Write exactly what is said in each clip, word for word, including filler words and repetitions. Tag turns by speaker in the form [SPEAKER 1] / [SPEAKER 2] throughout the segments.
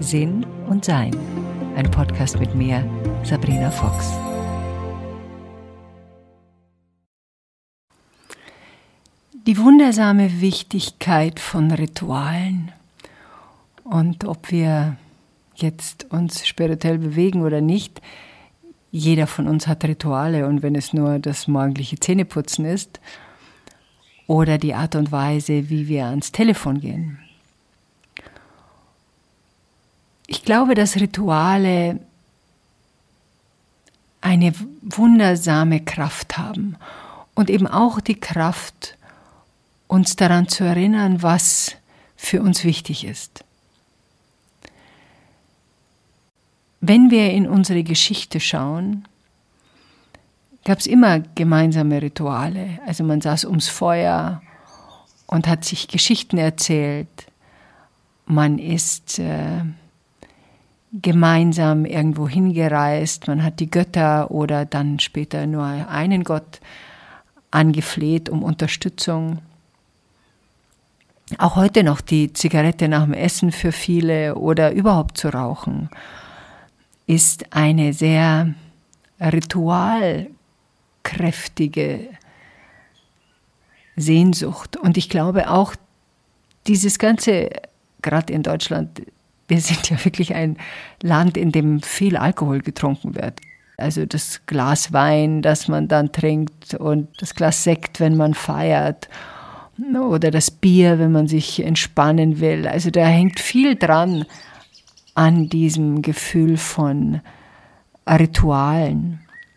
[SPEAKER 1] Sinn und Sein. Ein Podcast mit mir, Sabrina Fox. Die wundersame Wichtigkeit von Ritualen und ob wir jetzt uns spirituell bewegen oder nicht, jeder von uns hat Rituale und wenn es nur das morgendliche Zähneputzen ist oder die Art und Weise, wie wir ans Telefon gehen. Ich glaube, dass Rituale eine wundersame Kraft haben und eben auch die Kraft, uns daran zu erinnern, was für uns wichtig ist. Wenn wir in unsere Geschichte schauen, gab es immer gemeinsame Rituale. Also man saß ums Feuer und hat sich Geschichten erzählt. Man ist äh, gemeinsam irgendwo hingereist. Man hat die Götter oder dann später nur einen Gott angefleht um Unterstützung. Auch heute noch die Zigarette nach dem Essen für viele oder überhaupt zu rauchen ist eine sehr ritualkräftige Sehnsucht. Und ich glaube auch, dieses Ganze, gerade in Deutschland, wir sind ja wirklich ein Land, in dem viel Alkohol getrunken wird. Also das Glas Wein, das man dann trinkt und das Glas Sekt, wenn man feiert oder das Bier, wenn man sich entspannen will. Also da hängt viel dran an diesem Gefühl von Ritualen.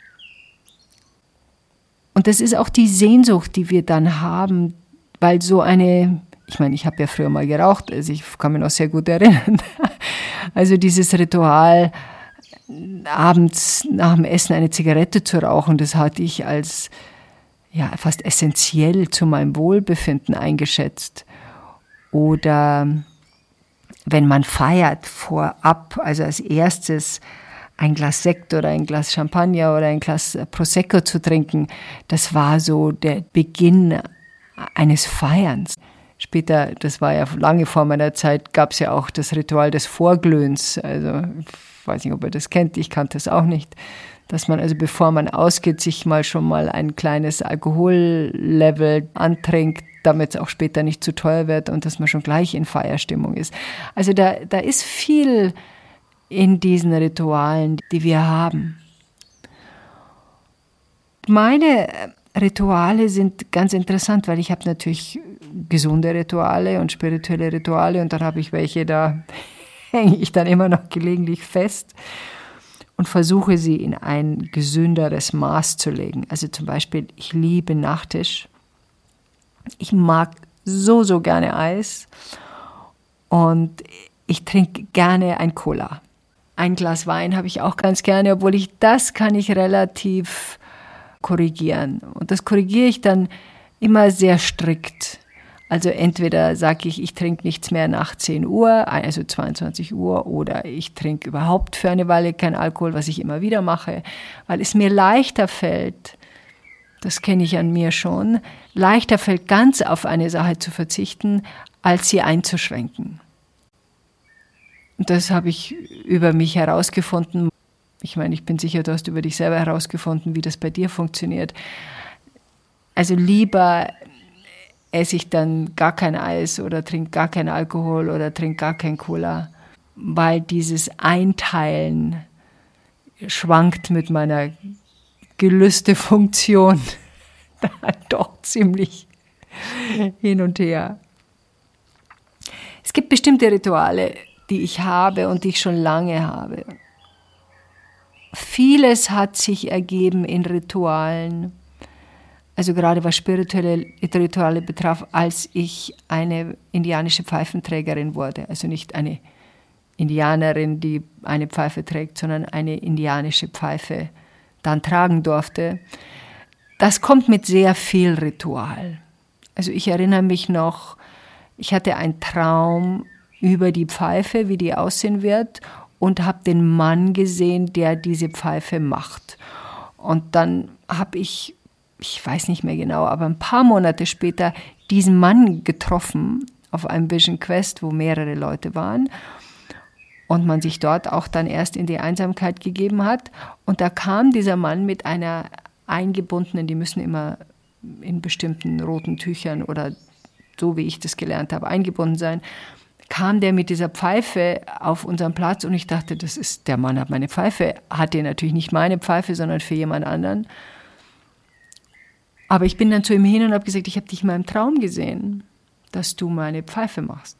[SPEAKER 1] Und das ist auch die Sehnsucht, die wir dann haben, weil so eine, ich meine, ich habe ja früher mal geraucht, also ich kann mich noch sehr gut erinnern, also dieses Ritual, abends nach dem Essen eine Zigarette zu rauchen, das hatte ich als ja, fast essentiell zu meinem Wohlbefinden eingeschätzt. Oder wenn man feiert, vorab, also als erstes ein Glas Sekt oder ein Glas Champagner oder ein Glas Prosecco zu trinken, das war so der Beginn eines Feierns. Später, das war ja lange vor meiner Zeit, gab es ja auch das Ritual des Vorglühens. Also ich weiß nicht, ob ihr das kennt, ich kannte das auch nicht. Dass man also bevor man ausgeht, sich mal schon mal ein kleines Alkohollevel antrinkt, damit es auch später nicht zu teuer wird und dass man schon gleich in Feierstimmung ist. Also da, da ist viel in diesen Ritualen, die wir haben. Meine Rituale sind ganz interessant, weil ich habe natürlich gesunde Rituale und spirituelle Rituale und dann habe ich welche, da hänge ich dann immer noch gelegentlich fest und versuche sie in ein gesünderes Maß zu legen. Also zum Beispiel, ich liebe Nachtisch. Ich mag so, so gerne Eis und ich trinke gerne ein Cola. Ein Glas Wein habe ich auch ganz gerne, obwohl ich das kann ich relativ korrigieren. Und das korrigiere ich dann immer sehr strikt. Also entweder sage ich, ich trinke nichts mehr nach zehn Uhr, also zweiundzwanzig Uhr, oder ich trinke überhaupt für eine Weile kein Alkohol, was ich immer wieder mache, weil es mir leichter fällt, das kenne ich an mir schon, leichter fällt, ganz auf eine Sache zu verzichten, als sie einzuschränken. Und das habe ich über mich herausgefunden. Ich meine, ich bin sicher, du hast über dich selber herausgefunden, wie das bei dir funktioniert. Also lieber esse ich dann gar kein Eis oder trinke gar keinen Alkohol oder trinke gar kein Cola, weil dieses Einteilen schwankt mit meiner Gelüstefunktion doch ziemlich hin und her. Es gibt bestimmte Rituale, die ich habe und die ich schon lange habe. Vieles hat sich ergeben in Ritualen, also gerade was spirituelle Rituale betraf, als ich eine indianische Pfeifenträgerin wurde. Also nicht eine Indianerin, die eine Pfeife trägt, sondern eine indianische Pfeife dann tragen durfte. Das kommt mit sehr viel Ritual. Also ich erinnere mich noch, ich hatte einen Traum über die Pfeife, wie die aussehen wird, und habe den Mann gesehen, der diese Pfeife macht. Und dann habe ich, ich weiß nicht mehr genau, aber ein paar Monate später diesen Mann getroffen auf einem Vision Quest, wo mehrere Leute waren. und man sich dort auch dann erst in die Einsamkeit gegeben hat. Und da kam dieser Mann mit einer eingebundenen, die müssen immer in bestimmten roten Tüchern oder so wie ich das gelernt habe, eingebunden sein, kam der mit dieser Pfeife auf unseren Platz und ich dachte, das ist, der Mann hat meine Pfeife, hatte natürlich nicht meine Pfeife, sondern für jemand anderen. Aber ich bin dann zu ihm hin und habe gesagt, ich habe dich in meinem Traum gesehen, dass du meine Pfeife machst.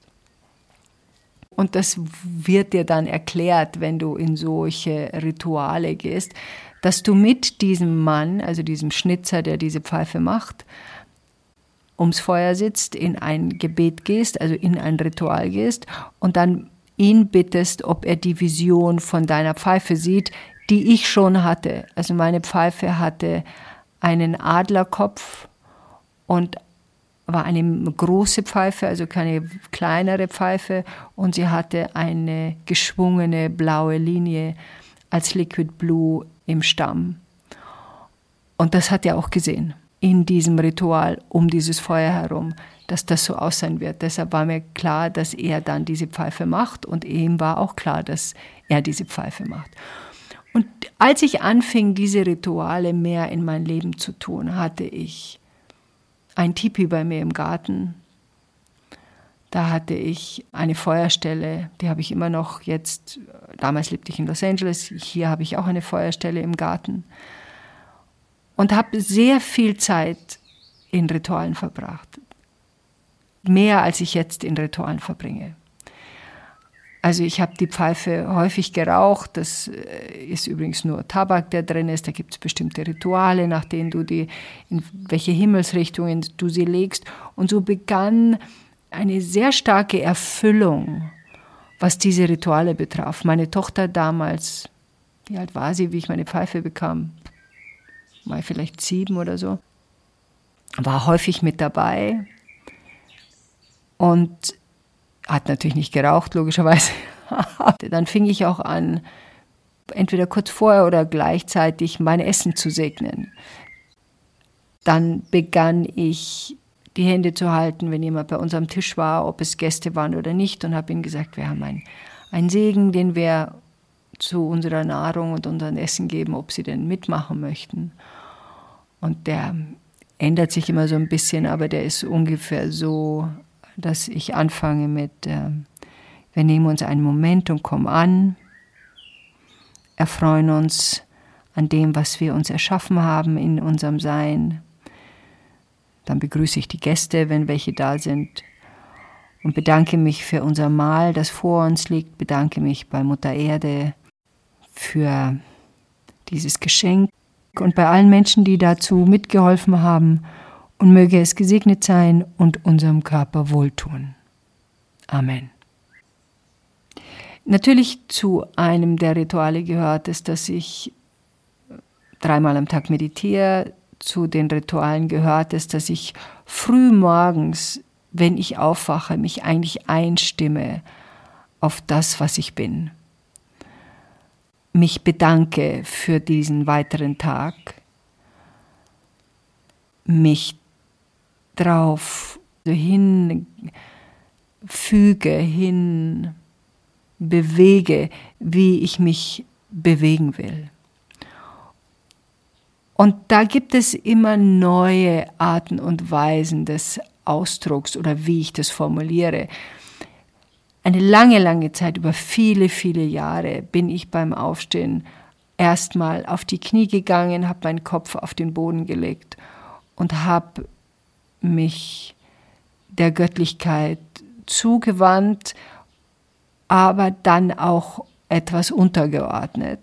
[SPEAKER 1] Und das wird dir dann erklärt, wenn du in solche Rituale gehst, dass du mit diesem Mann, also diesem Schnitzer, der diese Pfeife macht, ums Feuer sitzt, in ein Gebet gehst, also in ein Ritual gehst und dann ihn bittest, ob er die Vision von deiner Pfeife sieht, die ich schon hatte. Also meine Pfeife hatte einen Adlerkopf und war eine große Pfeife, also keine kleinere Pfeife, und sie hatte eine geschwungene blaue Linie als Liquid Blue im Stamm. Und das hat er auch gesehen in diesem Ritual um dieses Feuer herum, dass das so aussehen wird. Deshalb war mir klar, dass er dann diese Pfeife macht und ihm war auch klar, dass er diese Pfeife macht. Und als ich anfing, diese Rituale mehr in mein Leben zu tun, hatte ich ein Tipi bei mir im Garten. Da hatte ich eine Feuerstelle, die habe ich immer noch jetzt, damals lebte ich in Los Angeles, hier habe ich auch eine Feuerstelle im Garten. Und habe sehr viel Zeit in Ritualen verbracht. Mehr als ich jetzt in Ritualen verbringe. Also ich habe die Pfeife häufig geraucht, das ist übrigens nur Tabak, der drin ist, da gibt es bestimmte Rituale, nach denen du die, in welche Himmelsrichtungen du sie legst. Und so begann eine sehr starke Erfüllung, was diese Rituale betraf. Meine Tochter damals, wie alt war sie, wie ich meine Pfeife bekam? Mal vielleicht sieben oder so, war häufig mit dabei und hat natürlich nicht geraucht, logischerweise. Dann fing ich auch an, entweder kurz vorher oder gleichzeitig mein Essen zu segnen. Dann begann ich, die Hände zu halten, wenn jemand bei uns am Tisch war, ob es Gäste waren oder nicht, und habe ihnen gesagt, wir haben einen, einen Segen, den wir zu unserer Nahrung und unserem Essen geben, ob sie denn mitmachen möchten. Und der ändert sich immer so ein bisschen, aber der ist ungefähr so, dass ich anfange mit, äh, wir nehmen uns einen Moment und kommen an, erfreuen uns an dem, was wir uns erschaffen haben in unserem Sein. Dann begrüße ich die Gäste, wenn welche da sind, und bedanke mich für unser Mahl, das vor uns liegt, bedanke mich bei Mutter Erde für dieses Geschenk und bei allen Menschen, die dazu mitgeholfen haben, und möge es gesegnet sein und unserem Körper wohltun. Amen. Natürlich zu einem der Rituale gehört es, dass ich dreimal am Tag meditiere. Zu den Ritualen gehört es, dass ich früh morgens, wenn ich aufwache, mich eigentlich einstimme auf das, was ich bin. Mich bedanke für diesen weiteren Tag, mich drauf hinfüge, hin bewege, wie ich mich bewegen will. Und da gibt es immer neue Arten und Weisen des Ausdrucks oder wie ich das formuliere. Eine lange, lange Zeit, über viele, viele Jahre, bin ich beim Aufstehen erstmal auf die Knie gegangen, habe meinen Kopf auf den Boden gelegt und habe mich der Göttlichkeit zugewandt, aber dann auch etwas untergeordnet.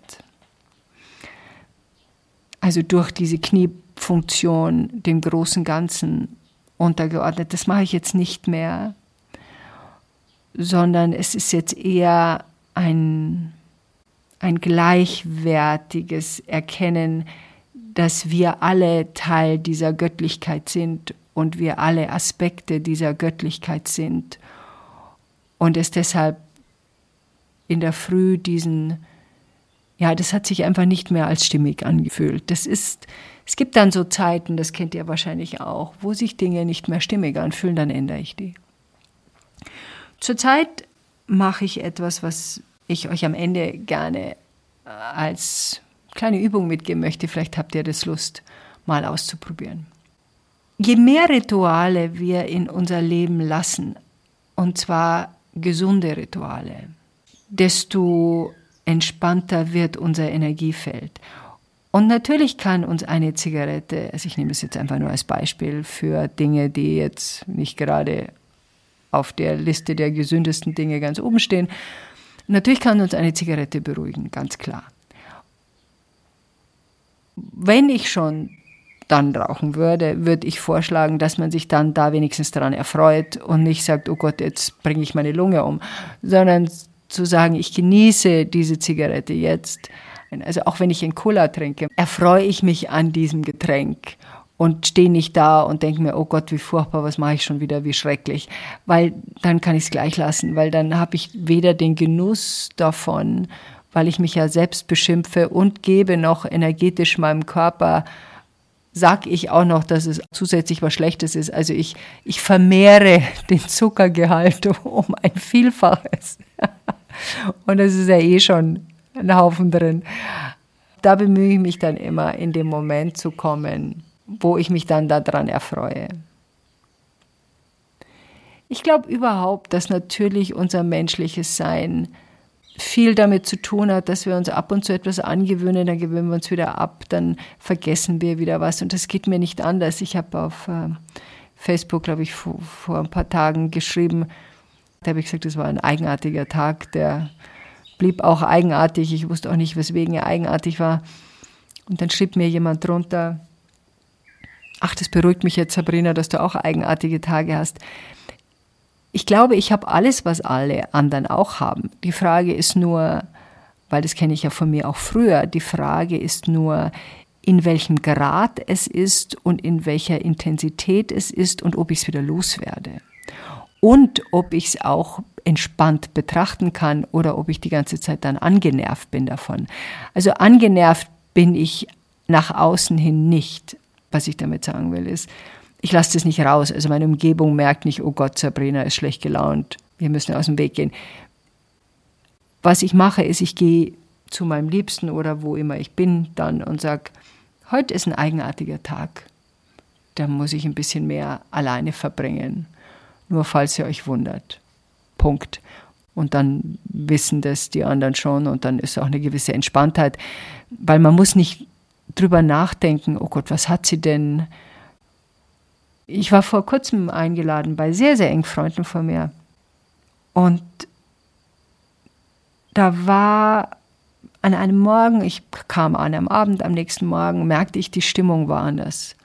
[SPEAKER 1] Also durch diese Kniefunktion dem großen Ganzen untergeordnet. Das mache ich jetzt nicht mehr, sondern es ist jetzt eher ein, ein gleichwertiges Erkennen, dass wir alle Teil dieser Göttlichkeit sind und wir alle Aspekte dieser Göttlichkeit sind und es deshalb in der Früh diesen, ja, das hat sich einfach nicht mehr als stimmig angefühlt. Das ist, es gibt dann so Zeiten, das kennt ihr wahrscheinlich auch, wo sich Dinge nicht mehr stimmig anfühlen, dann ändere ich die. Zurzeit mache ich etwas, was ich euch am Ende gerne als kleine Übung mitgeben möchte. Vielleicht habt ihr das Lust, mal auszuprobieren. Je mehr Rituale wir in unser Leben lassen, und zwar gesunde Rituale, desto entspannter wird unser Energiefeld. Und natürlich kann uns eine Zigarette, also ich nehme das jetzt einfach nur als Beispiel für Dinge, die jetzt nicht gerade auf der Liste der gesündesten Dinge ganz oben stehen, natürlich kann uns eine Zigarette beruhigen, ganz klar. Wenn ich schon dann rauchen würde, würde ich vorschlagen, dass man sich dann da wenigstens daran erfreut und nicht sagt, oh Gott, jetzt bringe ich meine Lunge um, sondern zu sagen, ich genieße diese Zigarette jetzt. Also auch wenn ich einen Cola trinke, erfreue ich mich an diesem Getränk und stehe nicht da und denke mir, oh Gott, wie furchtbar, was mache ich schon wieder, wie schrecklich. Weil dann kann ich es gleich lassen, weil dann habe ich weder den Genuss davon, weil ich mich ja selbst beschimpfe und gebe noch energetisch meinem Körper, sag ich auch noch, dass es zusätzlich was Schlechtes ist. Also ich, ich vermehre den Zuckergehalt um ein Vielfaches. Und das ist ja eh schon ein Haufen drin. Da bemühe ich mich dann immer, in den Moment zu kommen, wo ich mich dann daran erfreue. Ich glaube überhaupt, dass natürlich unser menschliches Sein viel damit zu tun hat, dass wir uns ab und zu etwas angewöhnen, dann gewöhnen wir uns wieder ab, dann vergessen wir wieder was. Und das geht mir nicht anders. Ich habe auf äh, Facebook, glaube ich, vor, vor ein paar Tagen geschrieben, da habe ich gesagt, das war ein eigenartiger Tag, der blieb auch eigenartig. Ich wusste auch nicht, weswegen er eigenartig war. Und dann schrieb mir jemand drunter, ach, das beruhigt mich jetzt, Sabrina, dass du auch eigenartige Tage hast. Ich glaube, ich habe alles, was alle anderen auch haben. Die Frage ist nur, weil das kenne ich ja von mir auch früher, die Frage ist nur, in welchem Grad es ist und in welcher Intensität es ist und ob ich es wieder loswerde. Und ob ich es auch entspannt betrachten kann oder ob ich die ganze Zeit dann angenervt bin davon. Also angenervt bin ich nach außen hin nicht. Was ich damit sagen will, ist, ich lasse das nicht raus. Also meine Umgebung merkt nicht, oh Gott, Sabrina ist schlecht gelaunt, wir müssen aus dem Weg gehen. Was ich mache, ist, ich gehe zu meinem Liebsten oder wo immer ich bin dann und sage, heute ist ein eigenartiger Tag. Da muss ich ein bisschen mehr alleine verbringen. Nur falls ihr euch wundert. Punkt. Und dann wissen das die anderen schon und dann ist auch eine gewisse Entspanntheit. Weil man muss nicht drüber nachdenken, oh Gott, was hat sie denn? Ich war vor kurzem eingeladen bei sehr, sehr engen Freunden von mir. Und da war an einem Morgen, ich kam an am Abend, am nächsten Morgen, merkte ich, die Stimmung war anders.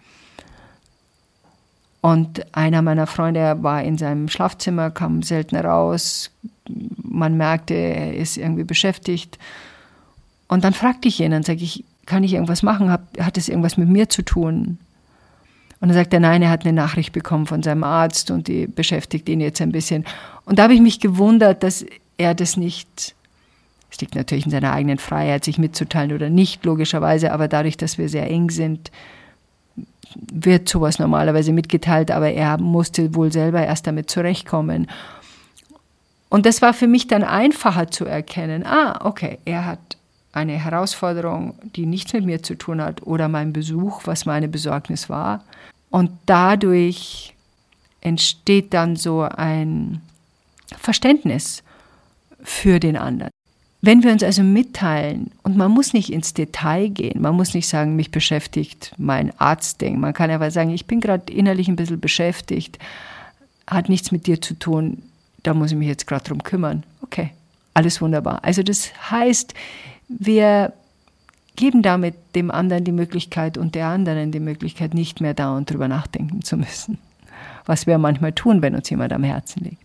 [SPEAKER 1] Und einer meiner Freunde war in seinem Schlafzimmer, kam selten raus. Man merkte, er ist irgendwie beschäftigt. Und dann fragte ich ihn, dann sage ich, kann ich irgendwas machen? Hat es irgendwas mit mir zu tun? Und dann sagt er, nein, er hat eine Nachricht bekommen von seinem Arzt und die beschäftigt ihn jetzt ein bisschen. Und da habe ich mich gewundert, dass er das nicht, es liegt natürlich in seiner eigenen Freiheit, sich mitzuteilen oder nicht, logischerweise, aber dadurch, dass wir sehr eng sind, wird sowas normalerweise mitgeteilt, aber er musste wohl selber erst damit zurechtkommen. Und das war für mich dann einfacher zu erkennen, ah, okay, er hat eine Herausforderung, die nichts mit mir zu tun hat oder mein Besuch, was meine Besorgnis war. Und dadurch entsteht dann so ein Verständnis für den anderen. Wenn wir uns also mitteilen, und man muss nicht ins Detail gehen, man muss nicht sagen, mich beschäftigt mein Arztding, man kann aber sagen, ich bin gerade innerlich ein bisschen beschäftigt, hat nichts mit dir zu tun, da muss ich mich jetzt gerade drum kümmern. Okay, alles wunderbar. Also das heißt, wir geben damit dem anderen die Möglichkeit und der anderen die Möglichkeit, nicht mehr dauernd drüber nachdenken zu müssen, was wir manchmal tun, wenn uns jemand am Herzen liegt.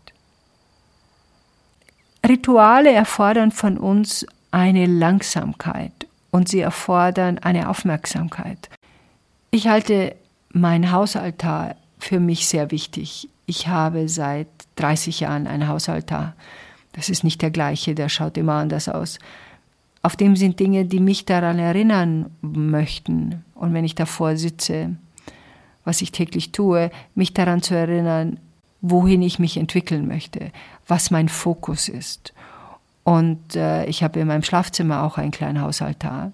[SPEAKER 1] Rituale erfordern von uns eine Langsamkeit und sie erfordern eine Aufmerksamkeit. Ich halte meinen Hausaltar für mich sehr wichtig. Ich habe seit dreißig Jahren einen Hausaltar. Das ist nicht der gleiche, der schaut immer anders aus. Auf dem sind Dinge, die mich daran erinnern möchten. Und wenn ich davor sitze, was ich täglich tue, mich daran zu erinnern, wohin ich mich entwickeln möchte, was mein Fokus ist. Und äh, ich habe in meinem Schlafzimmer auch einen kleinen Hausaltar.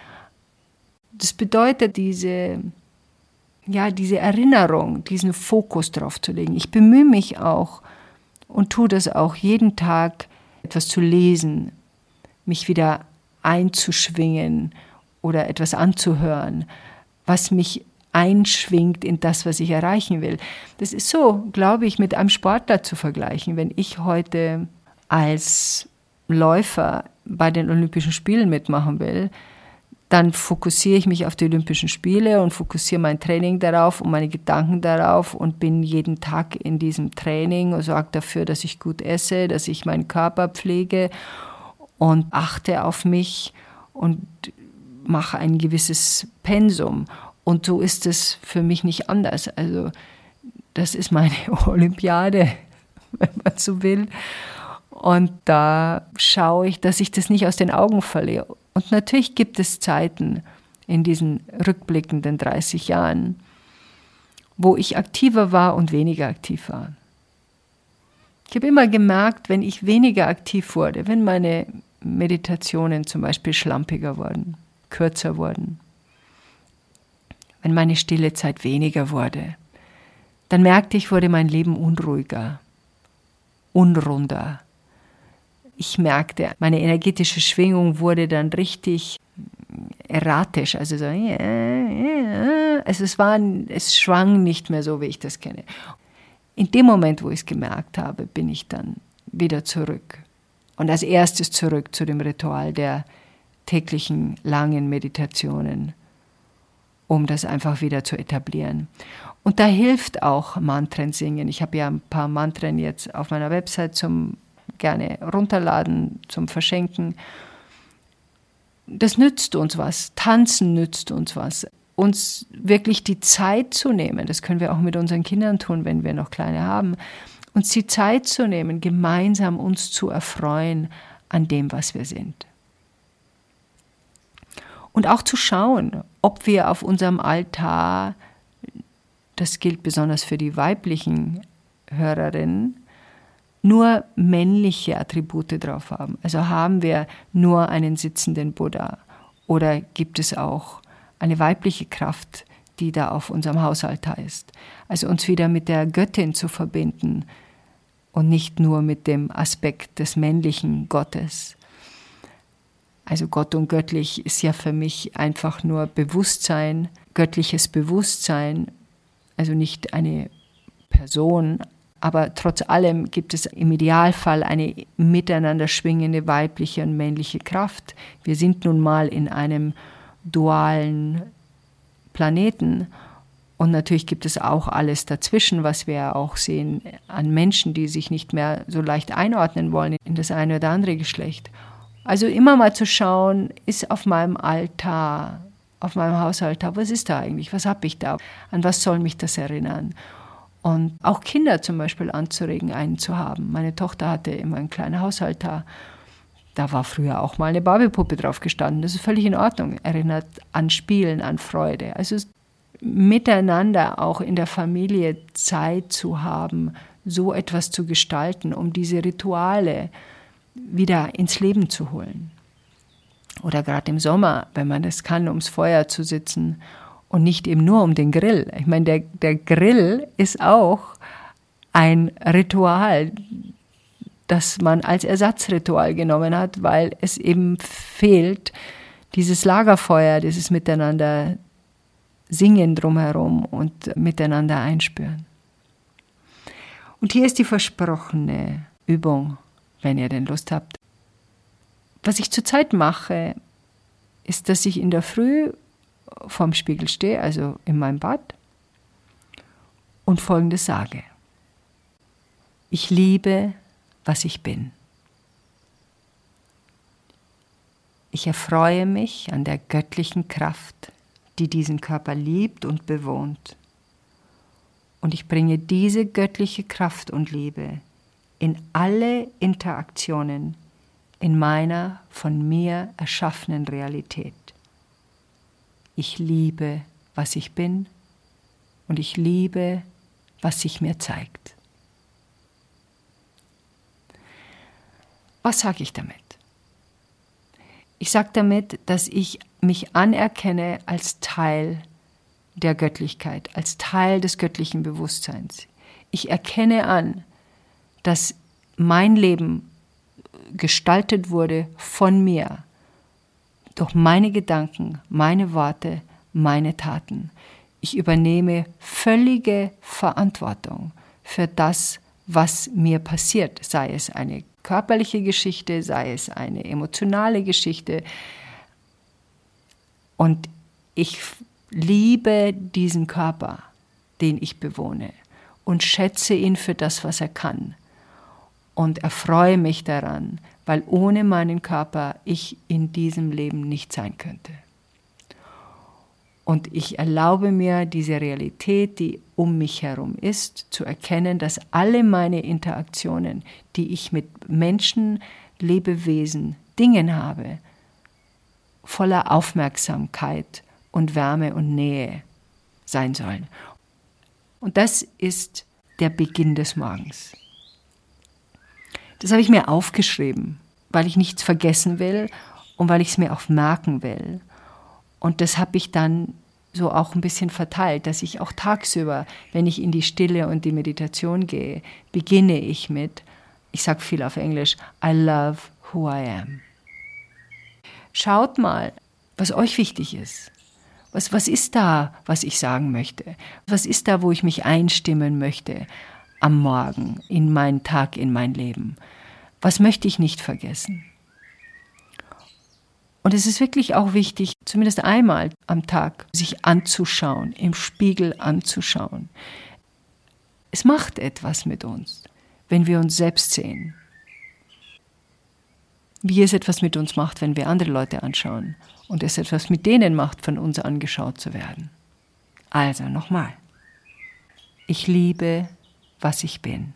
[SPEAKER 1] Das bedeutet, diese, ja, diese Erinnerung, diesen Fokus drauf zu legen. Ich bemühe mich auch und tue das auch jeden Tag, etwas zu lesen, mich wieder einzuschwingen oder etwas anzuhören, was mich einschwingt in das, was ich erreichen will. Das ist so, glaube ich, mit einem Sportler zu vergleichen. Wenn ich heute als Läufer bei den Olympischen Spielen mitmachen will, dann fokussiere ich mich auf die Olympischen Spiele und fokussiere mein Training darauf und meine Gedanken darauf und bin jeden Tag in diesem Training und sorge dafür, dass ich gut esse, dass ich meinen Körper pflege und achte auf mich und mache ein gewisses Pensum. Und so ist es für mich nicht anders. Also das ist meine Olympiade, wenn man so will. Und da schaue ich, dass ich das nicht aus den Augen verliere. Und natürlich gibt es Zeiten in diesen rückblickenden dreißig Jahren, wo ich aktiver war und weniger aktiv war. Ich habe immer gemerkt, wenn ich weniger aktiv wurde, wenn meine Meditationen zum Beispiel schlampiger wurden, kürzer wurden, wenn meine stille Zeit weniger wurde, dann merkte ich, wurde mein Leben unruhiger, unrunder. Ich merkte, meine energetische Schwingung wurde dann richtig erratisch. Also, so, also es, war, es schwang nicht mehr so, wie ich das kenne. In dem Moment, wo ich es gemerkt habe, bin ich dann wieder zurück. Und als erstes zurück zu dem Ritual der täglichen langen Meditationen, um das einfach wieder zu etablieren. Und da hilft auch Mantren singen. Ich habe ja ein paar Mantren jetzt auf meiner Website zum gerne runterladen, zum Verschenken. Das nützt uns was. Tanzen nützt uns was. Uns wirklich die Zeit zu nehmen, das können wir auch mit unseren Kindern tun, wenn wir noch kleine haben, uns die Zeit zu nehmen, gemeinsam uns zu erfreuen an dem, was wir sind. Und auch zu schauen, ob wir auf unserem Altar, das gilt besonders für die weiblichen Hörerinnen, nur männliche Attribute drauf haben. Also haben wir nur einen sitzenden Buddha oder gibt es auch eine weibliche Kraft, die da auf unserem Hausaltar ist. Also uns wieder mit der Göttin zu verbinden und nicht nur mit dem Aspekt des männlichen Gottes. Also Gott und göttlich ist ja für mich einfach nur Bewusstsein, göttliches Bewusstsein, also nicht eine Person, aber trotz allem gibt es im Idealfall eine miteinander schwingende weibliche und männliche Kraft. Wir sind nun mal in einem dualen Planeten und natürlich gibt es auch alles dazwischen, was wir auch sehen an Menschen, die sich nicht mehr so leicht einordnen wollen in das eine oder andere Geschlecht. Also immer mal zu schauen, ist auf meinem Altar, auf meinem Hausaltar, was ist da eigentlich, was habe ich da, an was soll mich das erinnern? Und auch Kinder zum Beispiel anzuregen, einen zu haben. Meine Tochter hatte immer einen kleinen Hausaltar. Da war früher auch mal eine Barbiepuppe drauf gestanden. Das ist völlig in Ordnung. Erinnert an Spielen, an Freude. Also miteinander auch in der Familie Zeit zu haben, so etwas zu gestalten, um diese Rituale wieder ins Leben zu holen. Oder gerade im Sommer, wenn man das kann, ums Feuer zu sitzen und nicht eben nur um den Grill. Ich meine, der, der Grill ist auch ein Ritual, das man als Ersatzritual genommen hat, weil es eben fehlt, dieses Lagerfeuer, dieses Miteinander singen drumherum und miteinander einspüren. Und hier ist die versprochene Übung, wenn ihr denn Lust habt. Was ich zurzeit mache, ist, dass ich in der Früh vorm Spiegel stehe, also in meinem Bad, und Folgendes sage. Ich liebe, was ich bin. Ich erfreue mich an der göttlichen Kraft, die diesen Körper liebt und bewohnt. Und ich bringe diese göttliche Kraft und Liebe in alle Interaktionen in meiner von mir erschaffenen Realität. Ich liebe, was ich bin, und ich liebe, was sich mir zeigt. Was sage ich damit? Ich sage damit, dass ich mich anerkenne als Teil der Göttlichkeit, als Teil des göttlichen Bewusstseins. Ich erkenne an, dass mein Leben gestaltet wurde von mir, durch meine Gedanken, meine Worte, meine Taten. Ich übernehme völlige Verantwortung für das, was mir passiert, sei es eine körperliche Geschichte, sei es eine emotionale Geschichte. Und ich liebe diesen Körper, den ich bewohne, und schätze ihn für das, was er kann. Und erfreue mich daran, weil ohne meinen Körper ich in diesem Leben nicht sein könnte. Und ich erlaube mir, diese Realität, die um mich herum ist, zu erkennen, dass alle meine Interaktionen, die ich mit Menschen, Lebewesen, Dingen habe, voller Aufmerksamkeit und Wärme und Nähe sein sollen. Und das ist der Beginn des Morgens. Das habe ich mir aufgeschrieben, weil ich nichts vergessen will und weil ich es mir auch merken will. Und das habe ich dann so auch ein bisschen verteilt, dass ich auch tagsüber, wenn ich in die Stille und die Meditation gehe, beginne ich mit, ich sage viel auf Englisch, I love who I am. Schaut mal, was euch wichtig ist. Was, was ist da, was ich sagen möchte? Was ist da, wo ich mich einstimmen möchte am Morgen, in meinen Tag, in mein Leben? Was möchte ich nicht vergessen? Und es ist wirklich auch wichtig, zumindest einmal am Tag sich anzuschauen, im Spiegel anzuschauen. Es macht etwas mit uns, wenn wir uns selbst sehen. Wie es etwas mit uns macht, wenn wir andere Leute anschauen und es etwas mit denen macht, von uns angeschaut zu werden. Also nochmal. Ich liebe, was ich bin.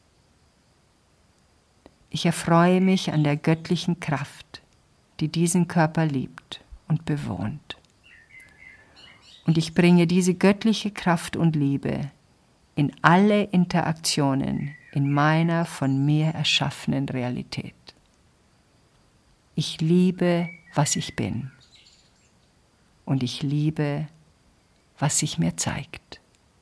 [SPEAKER 1] Ich erfreue mich an der göttlichen Kraft, die diesen Körper liebt und bewohnt. Und ich bringe diese göttliche Kraft und Liebe in alle Interaktionen in meiner von mir erschaffenen Realität. Ich liebe, was ich bin. Und ich liebe, was sich mir zeigt.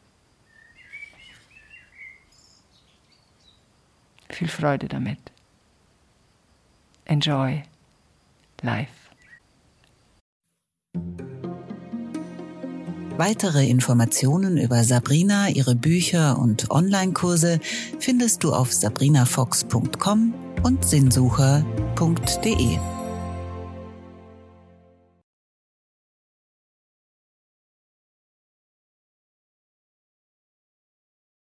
[SPEAKER 1] Viel Freude damit. Enjoy life.
[SPEAKER 2] Weitere Informationen über Sabrina, ihre Bücher und Online-Kurse findest du auf sabrina fox punkt com und sinnsucher punkt de.